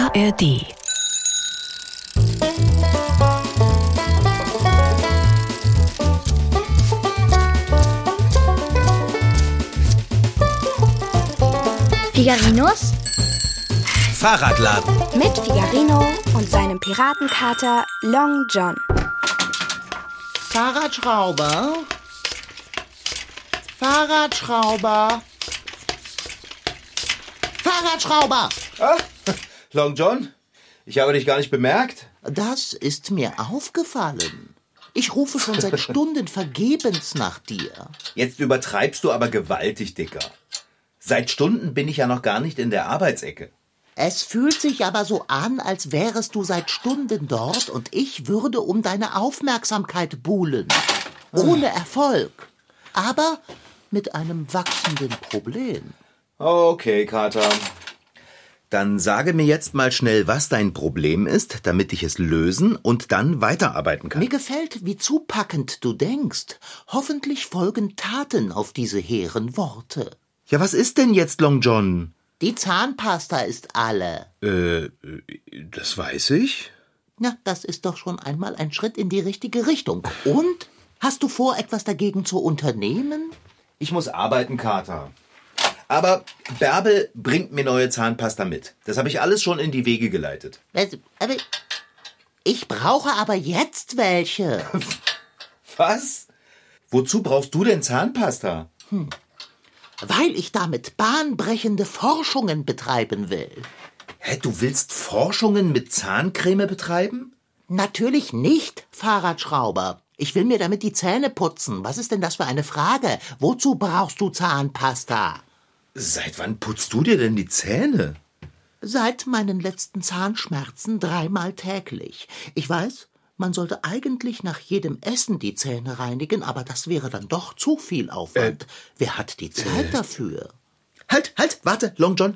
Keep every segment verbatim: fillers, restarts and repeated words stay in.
A R D. Figarinos Fahrradladen mit Figarino und seinem Piratenkater Long John. Fahrradschrauber? Fahrradschrauber? Fahrradschrauber! Ah, Long John? Ich habe dich gar nicht bemerkt. Das ist mir aufgefallen. Ich rufe schon seit Stunden vergebens nach dir. Jetzt übertreibst du aber gewaltig, Dicker. Seit Stunden bin ich ja noch gar nicht in der Arbeitsecke. Es fühlt sich aber so an, als wärest du seit Stunden dort und ich würde um deine Aufmerksamkeit buhlen. Ohne Erfolg. Aber mit einem wachsenden Problem. Okay, Kater. Dann sage mir jetzt mal schnell, was dein Problem ist, damit ich es lösen und dann weiterarbeiten kann. Mir gefällt, wie zupackend du denkst. Hoffentlich folgen Taten auf diese hehren Worte. Ja, was ist denn jetzt, Long John? Die Zahnpasta ist alle. Äh, das weiß ich. Na, das ist doch schon einmal ein Schritt in die richtige Richtung. Und? Hast du vor, etwas dagegen zu unternehmen? Ich muss arbeiten, Kater. Aber Bärbel bringt mir neue Zahnpasta mit. Das habe ich alles schon in die Wege geleitet. Aber ich brauche aber jetzt welche. Was? Wozu brauchst du denn Zahnpasta? Hm. Weil ich damit bahnbrechende Forschungen betreiben will. Hä, du willst Forschungen mit Zahncreme betreiben? Natürlich nicht, Fahrradschrauber. Ich will mir damit die Zähne putzen. Was ist denn das für eine Frage? Wozu brauchst du Zahnpasta? Seit wann putzt du dir denn die Zähne? Seit meinen letzten Zahnschmerzen dreimal täglich. Ich weiß, man sollte eigentlich nach jedem Essen die Zähne reinigen, aber das wäre dann doch zu viel Aufwand. Äh, Wer hat die Zeit äh, dafür? Halt, halt, warte, Long John.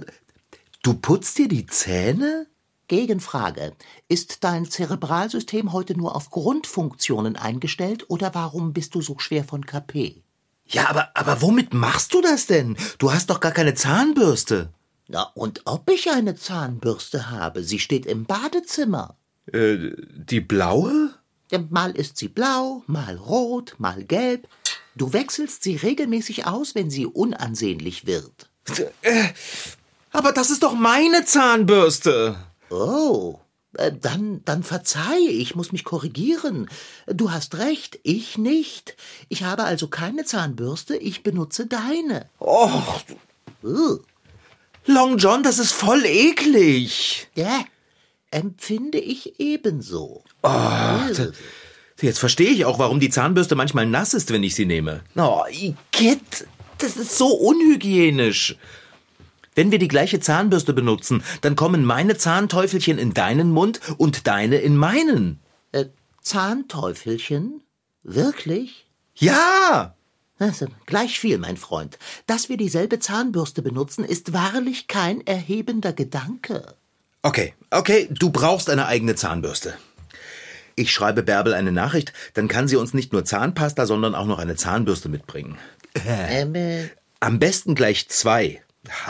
Du putzt dir die Zähne? Gegenfrage. Ist dein Zerebralsystem heute nur auf Grundfunktionen eingestellt oder warum bist du so schwer von K P? Ja, aber, aber womit machst du das denn? Du hast doch gar keine Zahnbürste. Na, und ob ich eine Zahnbürste habe? Sie steht im Badezimmer. Äh, die blaue? Mal ist sie blau, mal rot, mal gelb. Du wechselst sie regelmäßig aus, wenn sie unansehnlich wird. Äh, aber das ist doch meine Zahnbürste. Oh, äh, dann, dann verzeihe, ich muss mich korrigieren. Du hast recht, ich nicht. Ich habe also keine Zahnbürste, ich benutze deine. Oh, uh. Long John, das ist voll eklig. Ja, empfinde ich ebenso. Oh, uh. Jetzt verstehe ich auch, warum die Zahnbürste manchmal nass ist, wenn ich sie nehme. Oh, Igitt, das ist so unhygienisch. Wenn wir die gleiche Zahnbürste benutzen, dann kommen meine Zahnteufelchen in deinen Mund und deine in meinen. Äh, Zahnteufelchen? Wirklich? Ja! Also, gleich viel, mein Freund. Dass wir dieselbe Zahnbürste benutzen, ist wahrlich kein erhebender Gedanke. Okay, okay, du brauchst eine eigene Zahnbürste. Ich schreibe Bärbel eine Nachricht, dann kann sie uns nicht nur Zahnpasta, sondern auch noch eine Zahnbürste mitbringen. Ähm, äh, Am besten gleich zwei.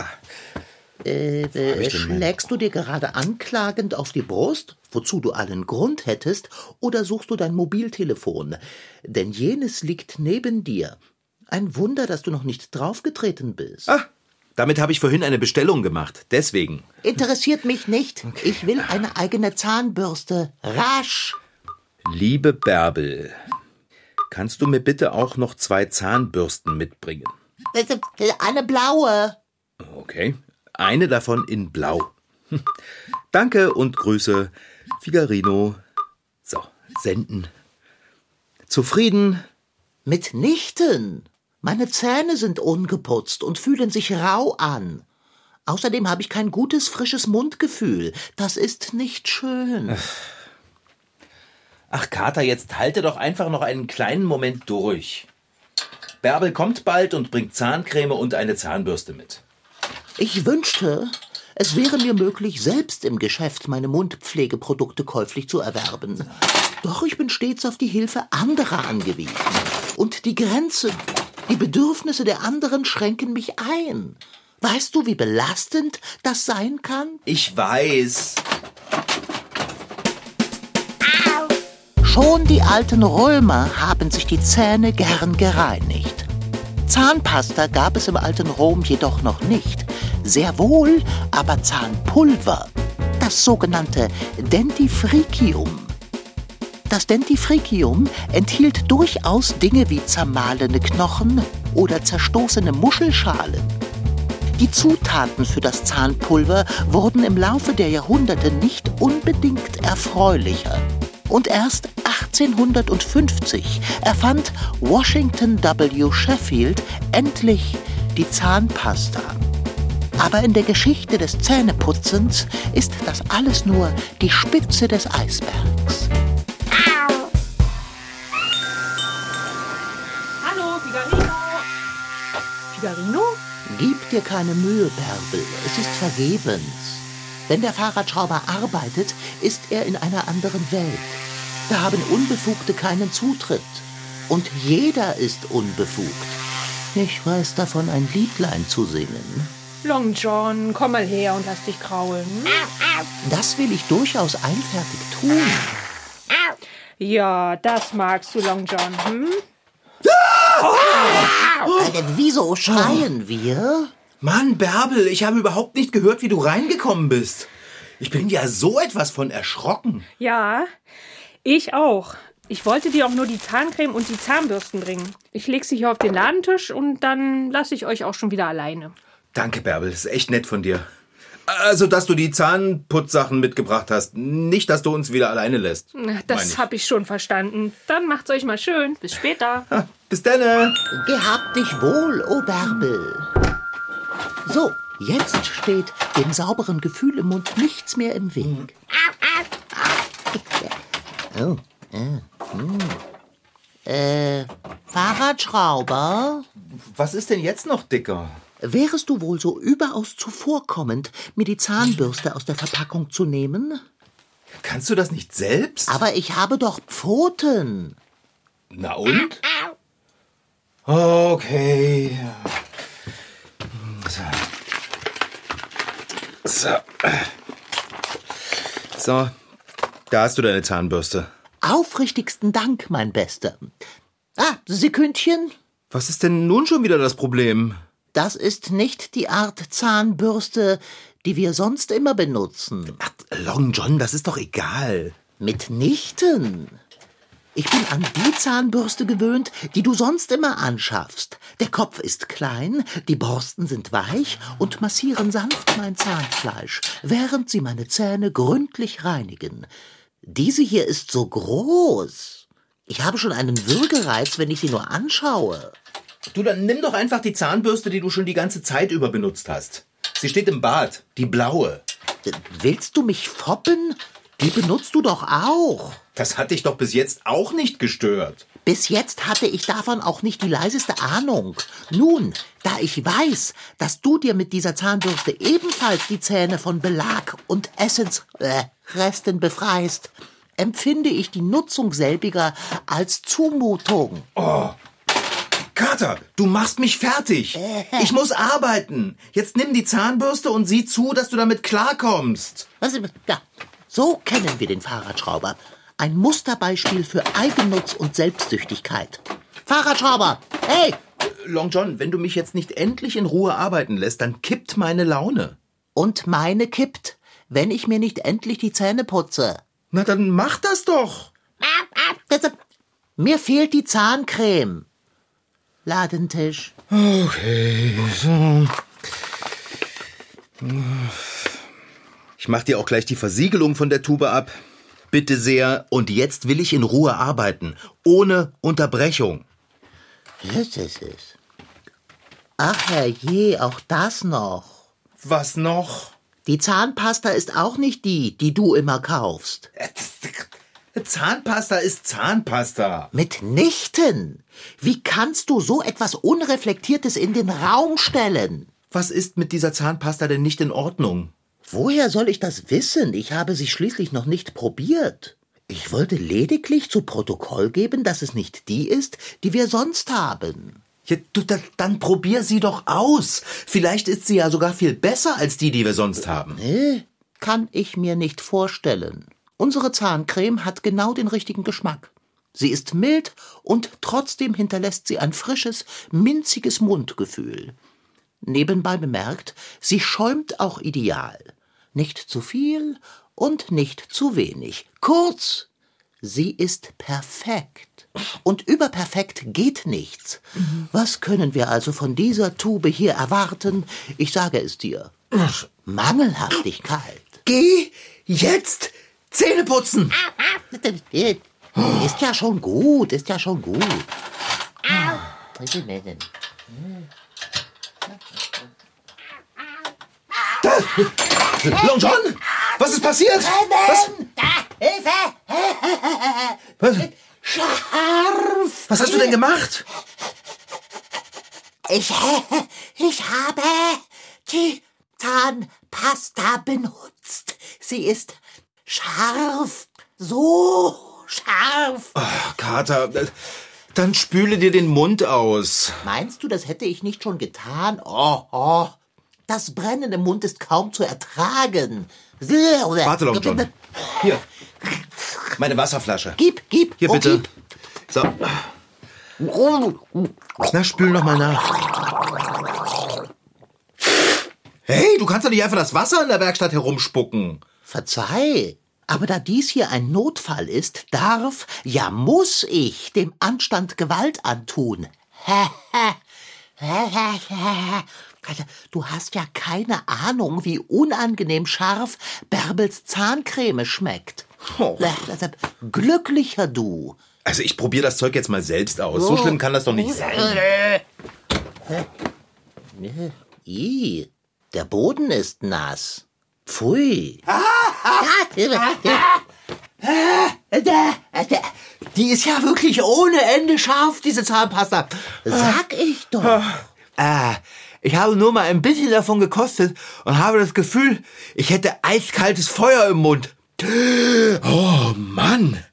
Äh, äh, schlägst du dir gerade anklagend auf die Brust, wozu du allen Grund hättest, oder suchst du dein Mobiltelefon? Denn jenes liegt neben dir. Ein Wunder, dass du noch nicht draufgetreten bist. Ah, damit habe ich vorhin eine Bestellung gemacht, deswegen. Interessiert mich nicht. Okay. Ich will eine eigene Zahnbürste. Rasch! Liebe Bärbel, kannst du mir bitte auch noch zwei Zahnbürsten mitbringen? Eine blaue. Okay, eine davon in blau. Danke und Grüße, Figarino. So, senden. Zufrieden? Mitnichten. Meine Zähne sind ungeputzt und fühlen sich rau an. Außerdem habe ich kein gutes, frisches Mundgefühl. Das ist nicht schön. Ach, Kater, jetzt halte doch einfach noch einen kleinen Moment durch. Bärbel kommt bald und bringt Zahncreme und eine Zahnbürste mit. Ich wünschte, es wäre mir möglich, selbst im Geschäft meine Mundpflegeprodukte käuflich zu erwerben. Doch ich bin stets auf die Hilfe anderer angewiesen. Und die Grenzen, die Bedürfnisse der anderen schränken mich ein. Weißt du, wie belastend das sein kann? Ich weiß. Schon die alten Römer haben sich die Zähne gern gereinigt. Zahnpasta gab es im alten Rom jedoch noch nicht. Sehr wohl aber Zahnpulver, das sogenannte Dentifricium. Das Dentifricium enthielt durchaus Dinge wie zermahlene Knochen oder zerstoßene Muschelschalen. Die Zutaten für das Zahnpulver wurden im Laufe der Jahrhunderte nicht unbedingt erfreulicher. Und erst achtzehnhundertfünfzig erfand Washington W. Sheffield endlich die Zahnpasta. Aber in der Geschichte des Zähneputzens ist das alles nur die Spitze des Eisbergs. Hallo, Figarino. Figarino? Gib dir keine Mühe, Bärbel, es ist vergebens. Wenn der Fahrradschrauber arbeitet, ist er in einer anderen Welt. Da haben Unbefugte keinen Zutritt. Und jeder ist unbefugt. Ich weiß davon, ein Liedlein zu singen. Long John, komm mal her und lass dich kraulen. Das will ich durchaus einfertig tun. Ja, das magst du, Long John, hm? Äh, wieso schreien wir? Mann, Bärbel, ich habe überhaupt nicht gehört, wie du reingekommen bist. Ich bin ja so etwas von erschrocken. Ja, ich auch. Ich wollte dir auch nur die Zahncreme und die Zahnbürsten bringen. Ich leg sie hier auf den Ladentisch und dann lasse ich euch auch schon wieder alleine. Danke, Bärbel, das ist echt nett von dir. Also, dass du die Zahnputzsachen mitgebracht hast. Nicht, dass du uns wieder alleine lässt. Das habe ich schon verstanden. Dann macht's euch mal schön. Bis später. Ha, bis dann. Gehabt dich wohl, o Bärbel. So, jetzt steht dem sauberen Gefühl im Mund nichts mehr im Weg. Oh, äh, äh, Fahrradschrauber? Was ist denn jetzt noch dicker? Wärest du wohl so überaus zuvorkommend, mir die Zahnbürste aus der Verpackung zu nehmen? Kannst du das nicht selbst? Aber ich habe doch Pfoten. Na und? Okay. So. So. So, da hast du deine Zahnbürste. Aufrichtigsten Dank, mein Bester. Ah, Sekündchen. Was ist denn nun schon wieder das Problem? Das ist nicht die Art Zahnbürste, die wir sonst immer benutzen. Ach, Long John, das ist doch egal. Mitnichten. Ich bin an die Zahnbürste gewöhnt, die du sonst immer anschaffst. Der Kopf ist klein, die Borsten sind weich und massieren sanft mein Zahnfleisch, während sie meine Zähne gründlich reinigen. Diese hier ist so groß. Ich habe schon einen Würgereiz, wenn ich sie nur anschaue. Du, dann nimm doch einfach die Zahnbürste, die du schon die ganze Zeit über benutzt hast. Sie steht im Bad, die blaue. Willst du mich foppen? Die benutzt du doch auch. Das hat dich doch bis jetzt auch nicht gestört. Bis jetzt hatte ich davon auch nicht die leiseste Ahnung. Nun, da ich weiß, dass du dir mit dieser Zahnbürste ebenfalls die Zähne von Belag und Essensresten äh, befreist, empfinde ich die Nutzung selbiger als Zumutung. Oh, Kater, du machst mich fertig. Ich muss arbeiten. Jetzt nimm die Zahnbürste und sieh zu, dass du damit klarkommst. Was, ja, so kennen wir den Fahrradschrauber. Ein Musterbeispiel für Eigennutz und Selbstsüchtigkeit. Fahrradschrauber, hey! Long John, wenn du mich jetzt nicht endlich in Ruhe arbeiten lässt, dann kippt meine Laune. Und meine kippt, wenn ich mir nicht endlich die Zähne putze. Na, dann mach das doch. Mir fehlt die Zahncreme. Ladentisch. Okay, so. Ich mach dir auch gleich die Versiegelung von der Tube ab. Bitte sehr. Und jetzt will ich in Ruhe arbeiten. Ohne Unterbrechung. Was ist es? Ach herrje, auch das noch. Was noch? Die Zahnpasta ist auch nicht die, die du immer kaufst. Zahnpasta ist Zahnpasta. Mitnichten. Wie kannst du so etwas Unreflektiertes in den Raum stellen? Was ist mit dieser Zahnpasta denn nicht in Ordnung? Woher soll ich das wissen? Ich habe sie schließlich noch nicht probiert. Ich wollte lediglich zu Protokoll geben, dass es nicht die ist, die wir sonst haben. Ja, du, da, dann probier sie doch aus. Vielleicht ist sie ja sogar viel besser als die, die wir sonst haben. Nee, kann ich mir nicht vorstellen. Unsere Zahncreme hat genau den richtigen Geschmack. Sie ist mild und trotzdem hinterlässt sie ein frisches, minziges Mundgefühl. Nebenbei bemerkt, sie schäumt auch ideal. Nicht zu viel und nicht zu wenig. Kurz, sie ist perfekt. Und überperfekt geht nichts. Mhm. Was können wir also von dieser Tube hier erwarten? Ich sage es dir. Mangelhaftigkeit. Geh jetzt Zähne putzen. Ist ja schon gut, ist ja schon gut. Long John, was ist passiert? Was? Hilfe! Was? Scharf! Was hast du denn gemacht? Ich, ich habe die Zahnpasta benutzt. Sie ist scharf. So scharf. Ach, Kater, dann spüle dir den Mund aus. Meinst du, das hätte ich nicht schon getan? Oh, oh. Das Brennen im Mund ist kaum zu ertragen. Warte, Long John. Hier, meine Wasserflasche. Gib, gib. Hier, oh, bitte. Gib. So. Na, spül noch mal nach. Hey, du kannst doch nicht einfach das Wasser in der Werkstatt herumspucken. Verzeih, aber da dies hier ein Notfall ist, darf, ja muss ich dem Anstand Gewalt antun. Du hast ja keine Ahnung, wie unangenehm scharf Bärbels Zahncreme schmeckt. Oh. Glücklicher du. Also ich probiere das Zeug jetzt mal selbst aus. So schlimm kann das doch nicht sein. I, der Boden ist nass. Pfui. Die ist ja wirklich ohne Ende scharf, diese Zahnpasta. Sag ich doch. Äh, ich habe nur mal ein bisschen davon gekostet und habe das Gefühl, ich hätte eiskaltes Feuer im Mund. Oh Mann.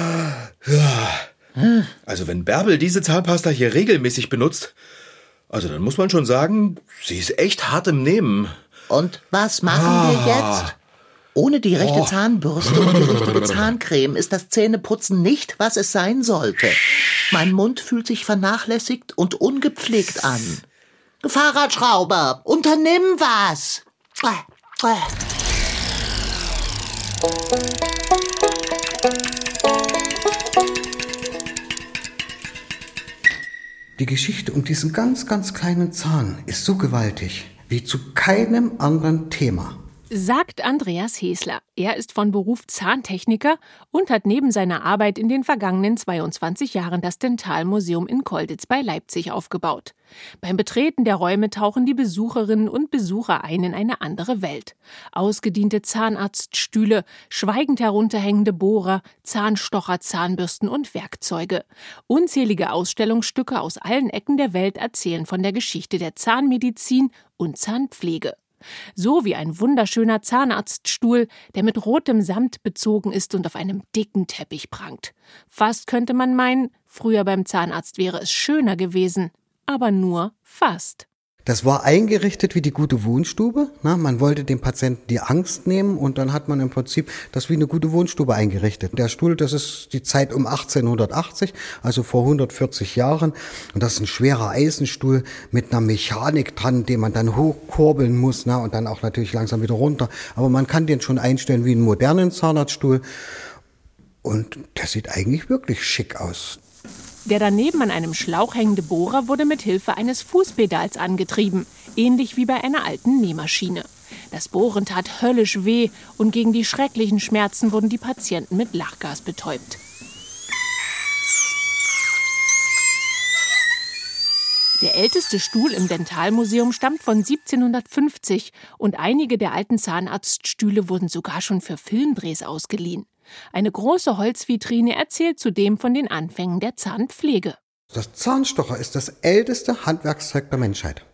Ja. Also wenn Bärbel diese Zahnpasta hier regelmäßig benutzt, also dann muss man schon sagen, sie ist echt hart im Nehmen. Und was machen ah. wir jetzt? Ohne die rechte Zahnbürste und die richtige Zahncreme ist das Zähneputzen nicht, was es sein sollte. Mein Mund fühlt sich vernachlässigt und ungepflegt an. Fahrradschrauber, unternimm was! Die Geschichte um diesen ganz, ganz kleinen Zahn ist so gewaltig wie zu keinem anderen Thema. Sagt Andreas Hesler. Er ist von Beruf Zahntechniker und hat neben seiner Arbeit in den vergangenen zweiundzwanzig Jahren das Dentalmuseum in Kolditz bei Leipzig aufgebaut. Beim Betreten der Räume tauchen die Besucherinnen und Besucher ein in eine andere Welt. Ausgediente Zahnarztstühle, schweigend herunterhängende Bohrer, Zahnstocher, Zahnbürsten und Werkzeuge. Unzählige Ausstellungsstücke aus allen Ecken der Welt erzählen von der Geschichte der Zahnmedizin und Zahnpflege. So wie ein wunderschöner Zahnarztstuhl, der mit rotem Samt bezogen ist und auf einem dicken Teppich prangt. Fast könnte man meinen, früher beim Zahnarzt wäre es schöner gewesen, aber nur fast. Das war eingerichtet wie die gute Wohnstube. Na, man wollte dem Patienten die Angst nehmen und dann hat man im Prinzip das wie eine gute Wohnstube eingerichtet. Der Stuhl, das ist die Zeit um achtzehnhundertachtzig, also vor hundertvierzig Jahren. Und das ist ein schwerer Eisenstuhl mit einer Mechanik dran, den man dann hochkurbeln muss, na, und dann auch natürlich langsam wieder runter. Aber man kann den schon einstellen wie einen modernen Zahnarztstuhl. Und der sieht eigentlich wirklich schick aus. Der daneben an einem Schlauch hängende Bohrer wurde mit Hilfe eines Fußpedals angetrieben, ähnlich wie bei einer alten Nähmaschine. Das Bohren tat höllisch weh und gegen die schrecklichen Schmerzen wurden die Patienten mit Lachgas betäubt. Der älteste Stuhl im Dentalmuseum stammt von siebzehnhundertfünfzig und einige der alten Zahnarztstühle wurden sogar schon für Filmdrehs ausgeliehen. Eine große Holzvitrine erzählt zudem von den Anfängen der Zahnpflege. Das Zahnstocher ist das älteste Handwerkszeug der Menschheit.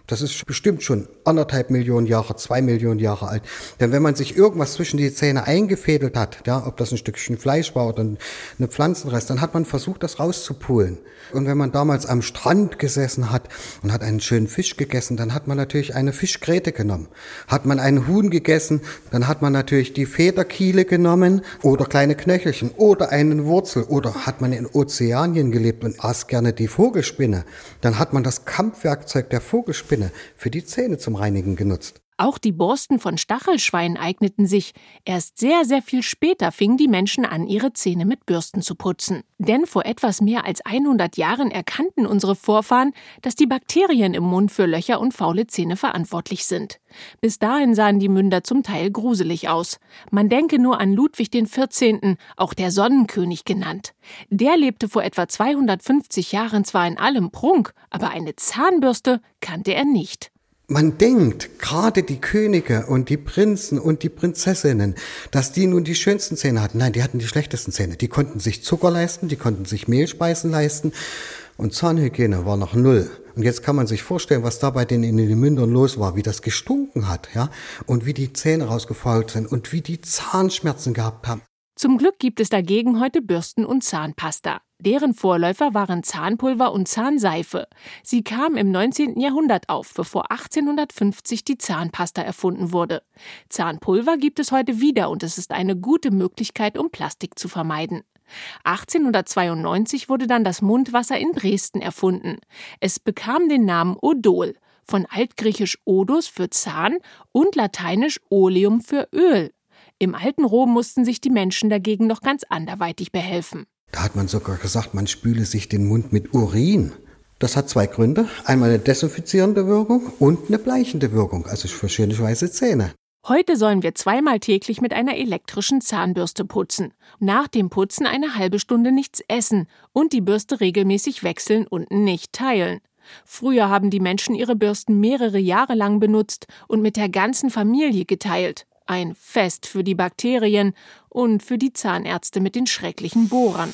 Das ist bestimmt schon anderthalb Millionen Jahre, zwei Millionen Jahre alt. Denn wenn man sich irgendwas zwischen die Zähne eingefädelt hat, ja, ob das ein Stückchen Fleisch war oder eine Pflanzenrest, dann hat man versucht, das rauszupulen. Und wenn man damals am Strand gesessen hat und hat einen schönen Fisch gegessen, dann hat man natürlich eine Fischgräte genommen. Hat man einen Huhn gegessen, dann hat man natürlich die Federkiele genommen oder kleine Knöchelchen oder einen Wurzel. Oder hat man in Ozeanien gelebt und aß gerne die Vogelspinne, dann hat man das Kampfwerkzeug der Vogelspinne für die Zähne zum Reinigen genutzt. Auch die Borsten von Stachelschweinen eigneten sich. Erst sehr, sehr viel später fingen die Menschen an, ihre Zähne mit Bürsten zu putzen. Denn vor etwas mehr als hundert Jahren erkannten unsere Vorfahren, dass die Bakterien im Mund für Löcher und faule Zähne verantwortlich sind. Bis dahin sahen die Münder zum Teil gruselig aus. Man denke nur an Ludwig den Vierzehnten, auch der Sonnenkönig genannt. Der lebte vor etwa zweihundertfünfzig Jahren zwar in allem Prunk, aber eine Zahnbürste kannte er nicht. Man denkt, gerade die Könige und die Prinzen und die Prinzessinnen, dass die nun die schönsten Zähne hatten. Nein, die hatten die schlechtesten Zähne. Die konnten sich Zucker leisten, die konnten sich Mehlspeisen leisten und Zahnhygiene war noch null. Und jetzt kann man sich vorstellen, was da bei denen in den Mündern los war, wie das gestunken hat, ja, und wie die Zähne rausgefault sind und wie die Zahnschmerzen gehabt haben. Zum Glück gibt es dagegen heute Bürsten und Zahnpasta. Deren Vorläufer waren Zahnpulver und Zahnseife. Sie kamen im neunzehnten Jahrhundert auf, bevor achtzehnhundertfünfzig die Zahnpasta erfunden wurde. Zahnpulver gibt es heute wieder und es ist eine gute Möglichkeit, um Plastik zu vermeiden. achtzehnhundertzweiundneunzig wurde dann das Mundwasser in Dresden erfunden. Es bekam den Namen Odol, von altgriechisch Odus für Zahn und lateinisch Oleum für Öl. Im alten Rom mussten sich die Menschen dagegen noch ganz anderweitig behelfen. Da hat man sogar gesagt, man spüle sich den Mund mit Urin. Das hat zwei Gründe. Einmal eine desinfizierende Wirkung und eine bleichende Wirkung, also für schöne weiße Zähne. Heute sollen wir zweimal täglich mit einer elektrischen Zahnbürste putzen. Nach dem Putzen eine halbe Stunde nichts essen und die Bürste regelmäßig wechseln und nicht teilen. Früher haben die Menschen ihre Bürsten mehrere Jahre lang benutzt und mit der ganzen Familie geteilt. Ein Fest für die Bakterien und für die Zahnärzte mit den schrecklichen Bohrern.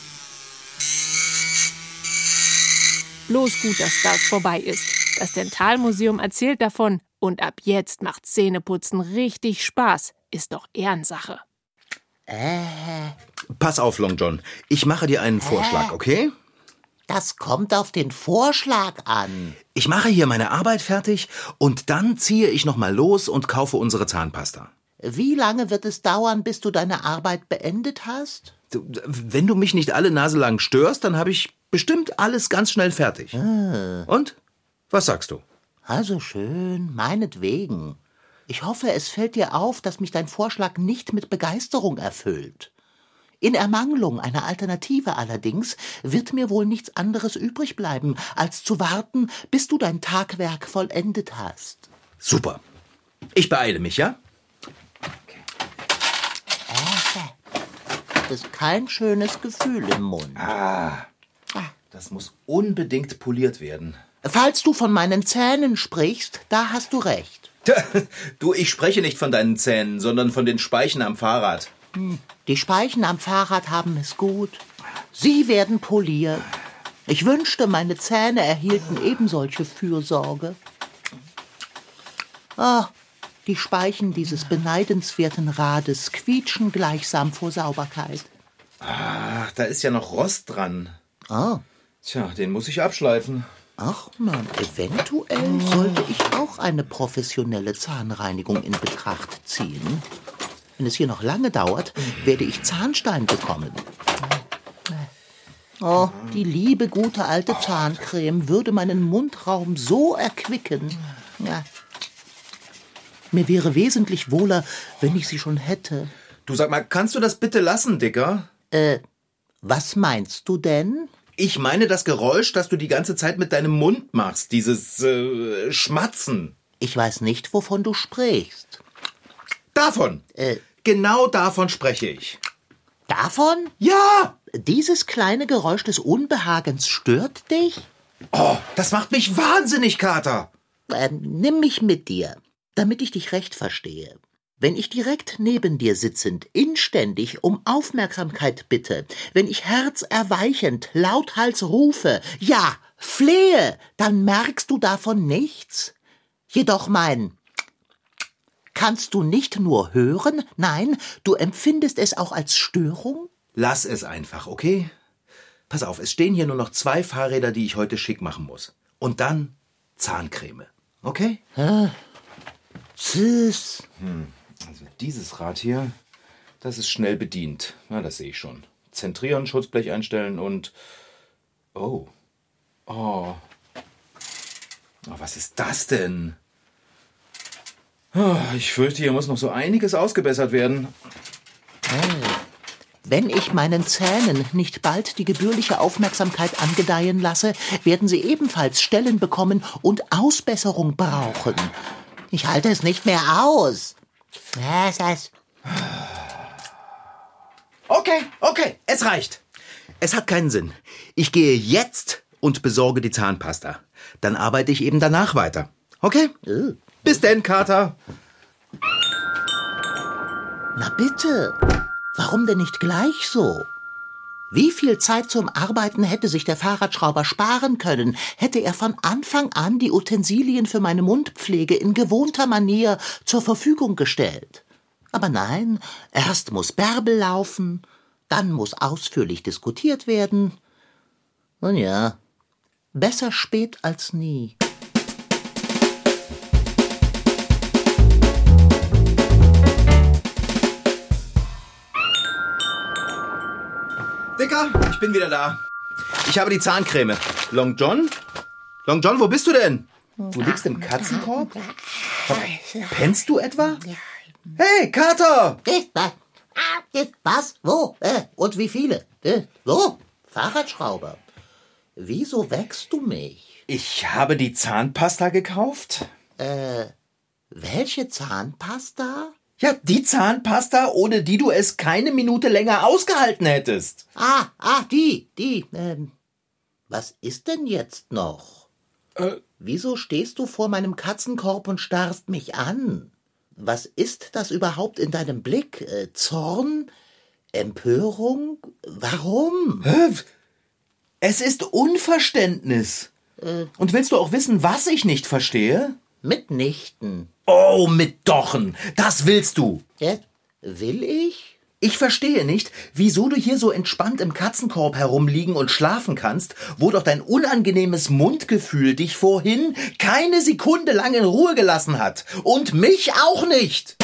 Bloß gut, dass das vorbei ist. Das Dentalmuseum erzählt davon. Und ab jetzt macht Zähneputzen richtig Spaß. Ist doch Ehrensache. Äh. Pass auf, Long John. Ich mache dir einen Vorschlag, okay? Das kommt auf den Vorschlag an. Ich mache hier meine Arbeit fertig und dann ziehe ich noch mal los und kaufe unsere Zahnpasta. Wie lange wird es dauern, bis du deine Arbeit beendet hast? Wenn du mich nicht alle Nase lang störst, dann habe ich bestimmt alles ganz schnell fertig. Ah. Und? Was sagst du? Also schön, meinetwegen. Ich hoffe, es fällt dir auf, dass mich dein Vorschlag nicht mit Begeisterung erfüllt. In Ermangelung einer Alternative allerdings wird mir wohl nichts anderes übrig bleiben, als zu warten, bis du dein Tagwerk vollendet hast. Super. Ich beeile mich, ja? Das ist kein schönes Gefühl im Mund. Ah, das muss unbedingt poliert werden. Falls du von meinen Zähnen sprichst, da hast du recht. Du, ich spreche nicht von deinen Zähnen, sondern von den Speichen am Fahrrad. Die Speichen am Fahrrad haben es gut. Sie werden poliert. Ich wünschte, meine Zähne erhielten ebensolche Fürsorge. Ah, die Speichen dieses beneidenswerten Rades quietschen gleichsam vor Sauberkeit. Ach, da ist ja noch Rost dran. Ah. Tja, den muss ich abschleifen. Ach man, eventuell sollte ich auch eine professionelle Zahnreinigung in Betracht ziehen. Wenn es hier noch lange dauert, werde ich Zahnstein bekommen. Oh, die liebe, gute alte Zahncreme würde meinen Mundraum so erquicken. Ja. Mir wäre wesentlich wohler, wenn ich sie schon hätte. Du, sag mal, kannst du das bitte lassen, Dicker? Äh, was meinst du denn? Ich meine das Geräusch, das du die ganze Zeit mit deinem Mund machst. Dieses, äh, Schmatzen. Ich weiß nicht, wovon du sprichst. Davon. Äh. Genau davon spreche ich. Davon? Ja! Dieses kleine Geräusch des Unbehagens stört dich? Oh, das macht mich wahnsinnig, Kater. Äh, nimm mich mit dir, damit ich dich recht verstehe. Wenn ich direkt neben dir sitzend inständig um Aufmerksamkeit bitte, wenn ich herzerweichend lauthals rufe, ja, flehe, dann merkst du davon nichts? Jedoch mein kannst du nicht nur hören, nein, du empfindest es auch als Störung? Lass es einfach, okay? Pass auf, es stehen hier nur noch zwei Fahrräder, die ich heute schick machen muss. Und dann Zahncreme, okay? Ah, tschüss. Hm, also dieses Rad hier, das ist schnell bedient. Na, das sehe ich schon. Zentrieren, Schutzblech einstellen und... Oh. Oh. Oh, was ist das denn? Oh, ich fürchte, hier muss noch so einiges ausgebessert werden. Oh. Wenn ich meinen Zähnen nicht bald die gebührliche Aufmerksamkeit angedeihen lasse, werden sie ebenfalls Stellen bekommen und Ausbesserung brauchen. Ich halte es nicht mehr aus. Was ist? Okay, okay, es reicht. Es hat keinen Sinn. Ich gehe jetzt und besorge die Zahnpasta. Dann arbeite ich eben danach weiter. Okay? Uh. Bis denn, Kater. Na bitte, warum denn nicht gleich so? Wie viel Zeit zum Arbeiten hätte sich der Fahrradschrauber sparen können, hätte er von Anfang an die Utensilien für meine Mundpflege in gewohnter Manier zur Verfügung gestellt. Aber nein, erst muss Bärbel laufen, dann muss ausführlich diskutiert werden. Und ja, besser spät als nie. Dicker, ich bin wieder da. Ich habe die Zahncreme. Long John? Long John, wo bist du denn? Du liegst im Katzenkorb? Pennst du etwa? Hey, Kater! Was? Wo? Äh, und wie viele? Äh, wo? Fahrradschrauber. Wieso wächst du mich? Ich habe die Zahnpasta gekauft. Äh, welche Zahnpasta? Ja, die Zahnpasta, ohne die du es keine Minute länger ausgehalten hättest. Ah, ah, die, die. Ähm, was ist denn jetzt noch? Äh. Wieso stehst du vor meinem Katzenkorb und starrst mich an? Was ist das überhaupt in deinem Blick? Äh, Zorn? Empörung? Warum? Hä? Es ist Unverständnis. Äh. Und willst du auch wissen, was ich nicht verstehe? Mitnichten. Oh, mit Dochen. Das willst du. Ja, will ich? Ich verstehe nicht, wieso du hier so entspannt im Katzenkorb herumliegen und schlafen kannst, wo doch dein unangenehmes Mundgefühl dich vorhin keine Sekunde lang in Ruhe gelassen hat. Und mich auch nicht.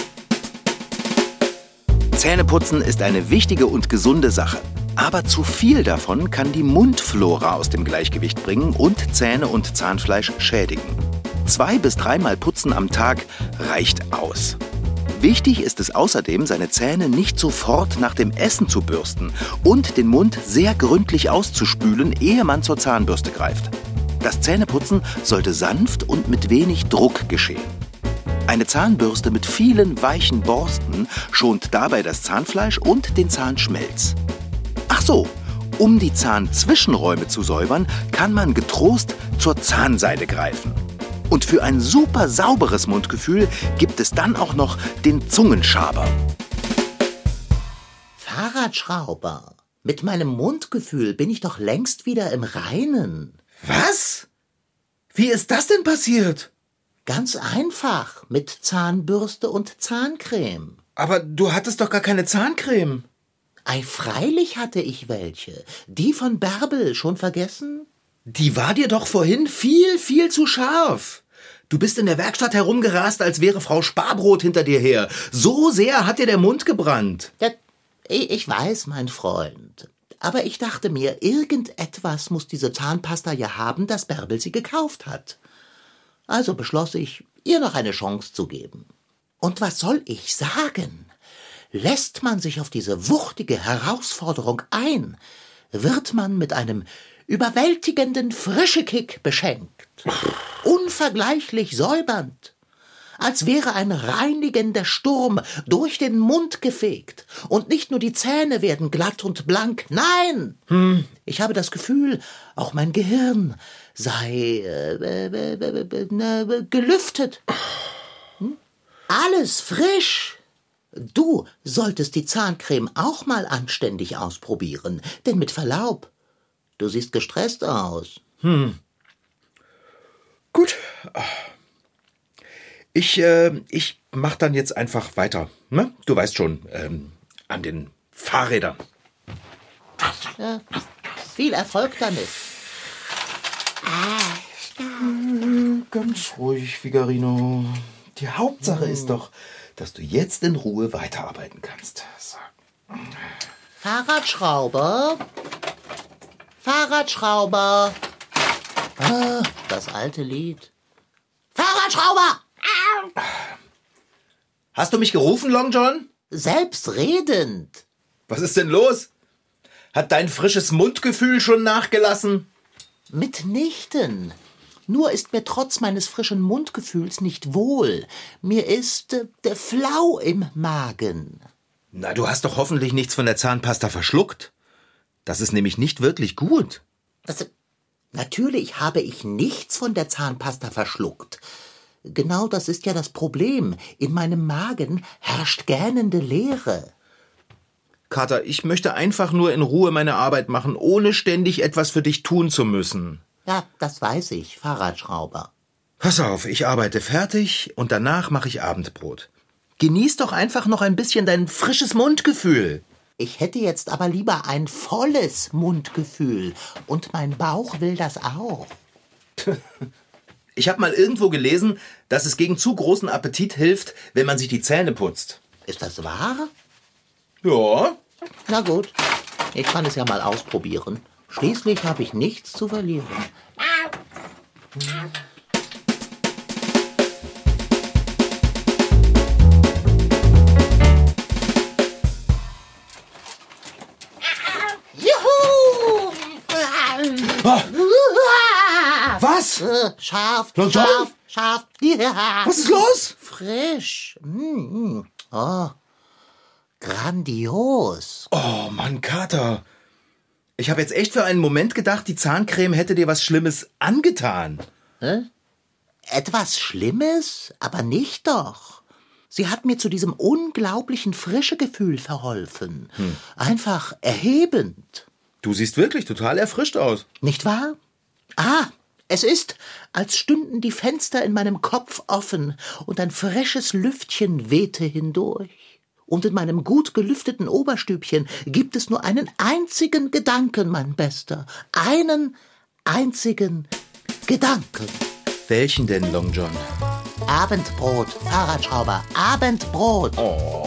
Zähneputzen ist eine wichtige und gesunde Sache. Aber zu viel davon kann die Mundflora aus dem Gleichgewicht bringen und Zähne und Zahnfleisch schädigen. Zwei bis dreimal putzen am Tag reicht aus. Wichtig ist es außerdem, seine Zähne nicht sofort nach dem Essen zu bürsten und den Mund sehr gründlich auszuspülen, ehe man zur Zahnbürste greift. Das Zähneputzen sollte sanft und mit wenig Druck geschehen. Eine Zahnbürste mit vielen weichen Borsten schont dabei das Zahnfleisch und den Zahnschmelz. Ach so, um die Zahnzwischenräume zu säubern, kann man getrost zur Zahnseide greifen. Und für ein super sauberes Mundgefühl gibt es dann auch noch den Zungenschaber. Fahrradschrauber, mit meinem Mundgefühl bin ich doch längst wieder im Reinen. Was? Wie ist das denn passiert? Ganz einfach, mit Zahnbürste und Zahncreme. Aber du hattest doch gar keine Zahncreme. Ei, freilich hatte ich welche. Die von Bärbel, schon vergessen? Die war dir doch vorhin viel, viel zu scharf. Du bist in der Werkstatt herumgerast, als wäre Frau Sparbrot hinter dir her. So sehr hat dir der Mund gebrannt. Ja, ich weiß, mein Freund. Aber ich dachte mir, irgendetwas muss diese Zahnpasta ja haben, dass Bärbel sie gekauft hat. Also beschloss ich, ihr noch eine Chance zu geben. Und was soll ich sagen? Lässt man sich auf diese wuchtige Herausforderung ein, wird man mit einem überwältigenden Frischekick beschenkt. Unvergleichlich säubernd. Als wäre ein reinigender Sturm durch den Mund gefegt. Und nicht nur die Zähne werden glatt und blank. Nein! Hm. Ich habe das Gefühl, auch mein Gehirn sei äh, äh, äh, äh, gelüftet. Hm? Alles frisch. Du solltest die Zahncreme auch mal anständig ausprobieren. Denn mit Verlaub, du siehst gestresst aus. Hm. Gut. Ich, äh, ich mach dann jetzt einfach weiter. Ne? Du weißt schon, ähm, an den Fahrrädern. Ja, viel Erfolg damit. Ganz ruhig, Figarino. Die Hauptsache ist doch, dass du jetzt in Ruhe weiterarbeiten kannst. So. Fahrradschrauber. Fahrradschrauber. Ah, das alte Lied. Fahrradschrauber! Hast du mich gerufen, Long John? Selbstredend. Was ist denn los? Hat dein frisches Mundgefühl schon nachgelassen? Mitnichten. Nur ist mir trotz meines frischen Mundgefühls nicht wohl. Mir ist äh, der Flau im Magen. Na, du hast doch hoffentlich nichts von der Zahnpasta verschluckt. Das ist nämlich nicht wirklich gut. Das, natürlich habe ich nichts von der Zahnpasta verschluckt. Genau das ist ja das Problem. In meinem Magen herrscht gähnende Leere. Kater, ich möchte einfach nur in Ruhe meine Arbeit machen, ohne ständig etwas für dich tun zu müssen. Ja, das weiß ich, Fahrradschrauber. Pass auf, ich arbeite fertig und danach mache ich Abendbrot. Genieß doch einfach noch ein bisschen dein frisches Mundgefühl. Ich hätte jetzt aber lieber ein volles Mundgefühl. Und mein Bauch will das auch. Ich habe mal irgendwo gelesen, dass es gegen zu großen Appetit hilft, wenn man sich die Zähne putzt. Ist das wahr? Ja. Na gut, ich kann es ja mal ausprobieren. Schließlich habe ich nichts zu verlieren. Juhu! Oh, was? Äh, Scharf, Long John? scharf, scharf. Ja. Was ist los? Frisch. Mm. Oh, grandios. Oh Mann, Kater. Ich habe jetzt echt für einen Moment gedacht, die Zahncreme hätte dir was Schlimmes angetan. Hä? Etwas Schlimmes? Aber nicht doch. Sie hat mir zu diesem unglaublichen Frischegefühl verholfen. Hm. Einfach erhebend. Du siehst wirklich total erfrischt aus. Nicht wahr? Ah, es ist, als stünden die Fenster in meinem Kopf offen und ein frisches Lüftchen wehte hindurch. Und in meinem gut gelüfteten Oberstübchen gibt es nur einen einzigen Gedanken, mein Bester. Einen einzigen Gedanken. Welchen denn, Long John? Abendbrot, Fahrradschrauber, Abendbrot. Oh.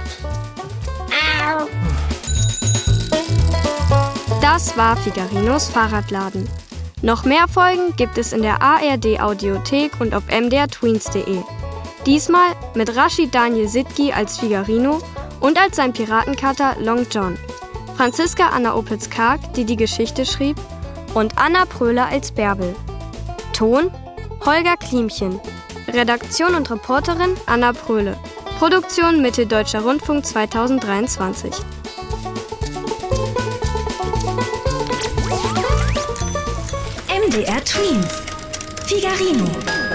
Das war Figarinos Fahrradladen. Noch mehr Folgen gibt es in der A R D-Audiothek und auf m d r tweens punkt d e. Diesmal mit Rashid Daniel Sidki als Figarino und als sein Piratenkater Long John, Franziska Anna Opitz-Karg, die die Geschichte schrieb, und Anna Pröhler als Bärbel. Ton Holger Klimchen. Redaktion und Reporterin Anna Pröhle. Produktion Mitteldeutscher Rundfunk zweitausenddreiundzwanzig. M D R Tweens. Figarino.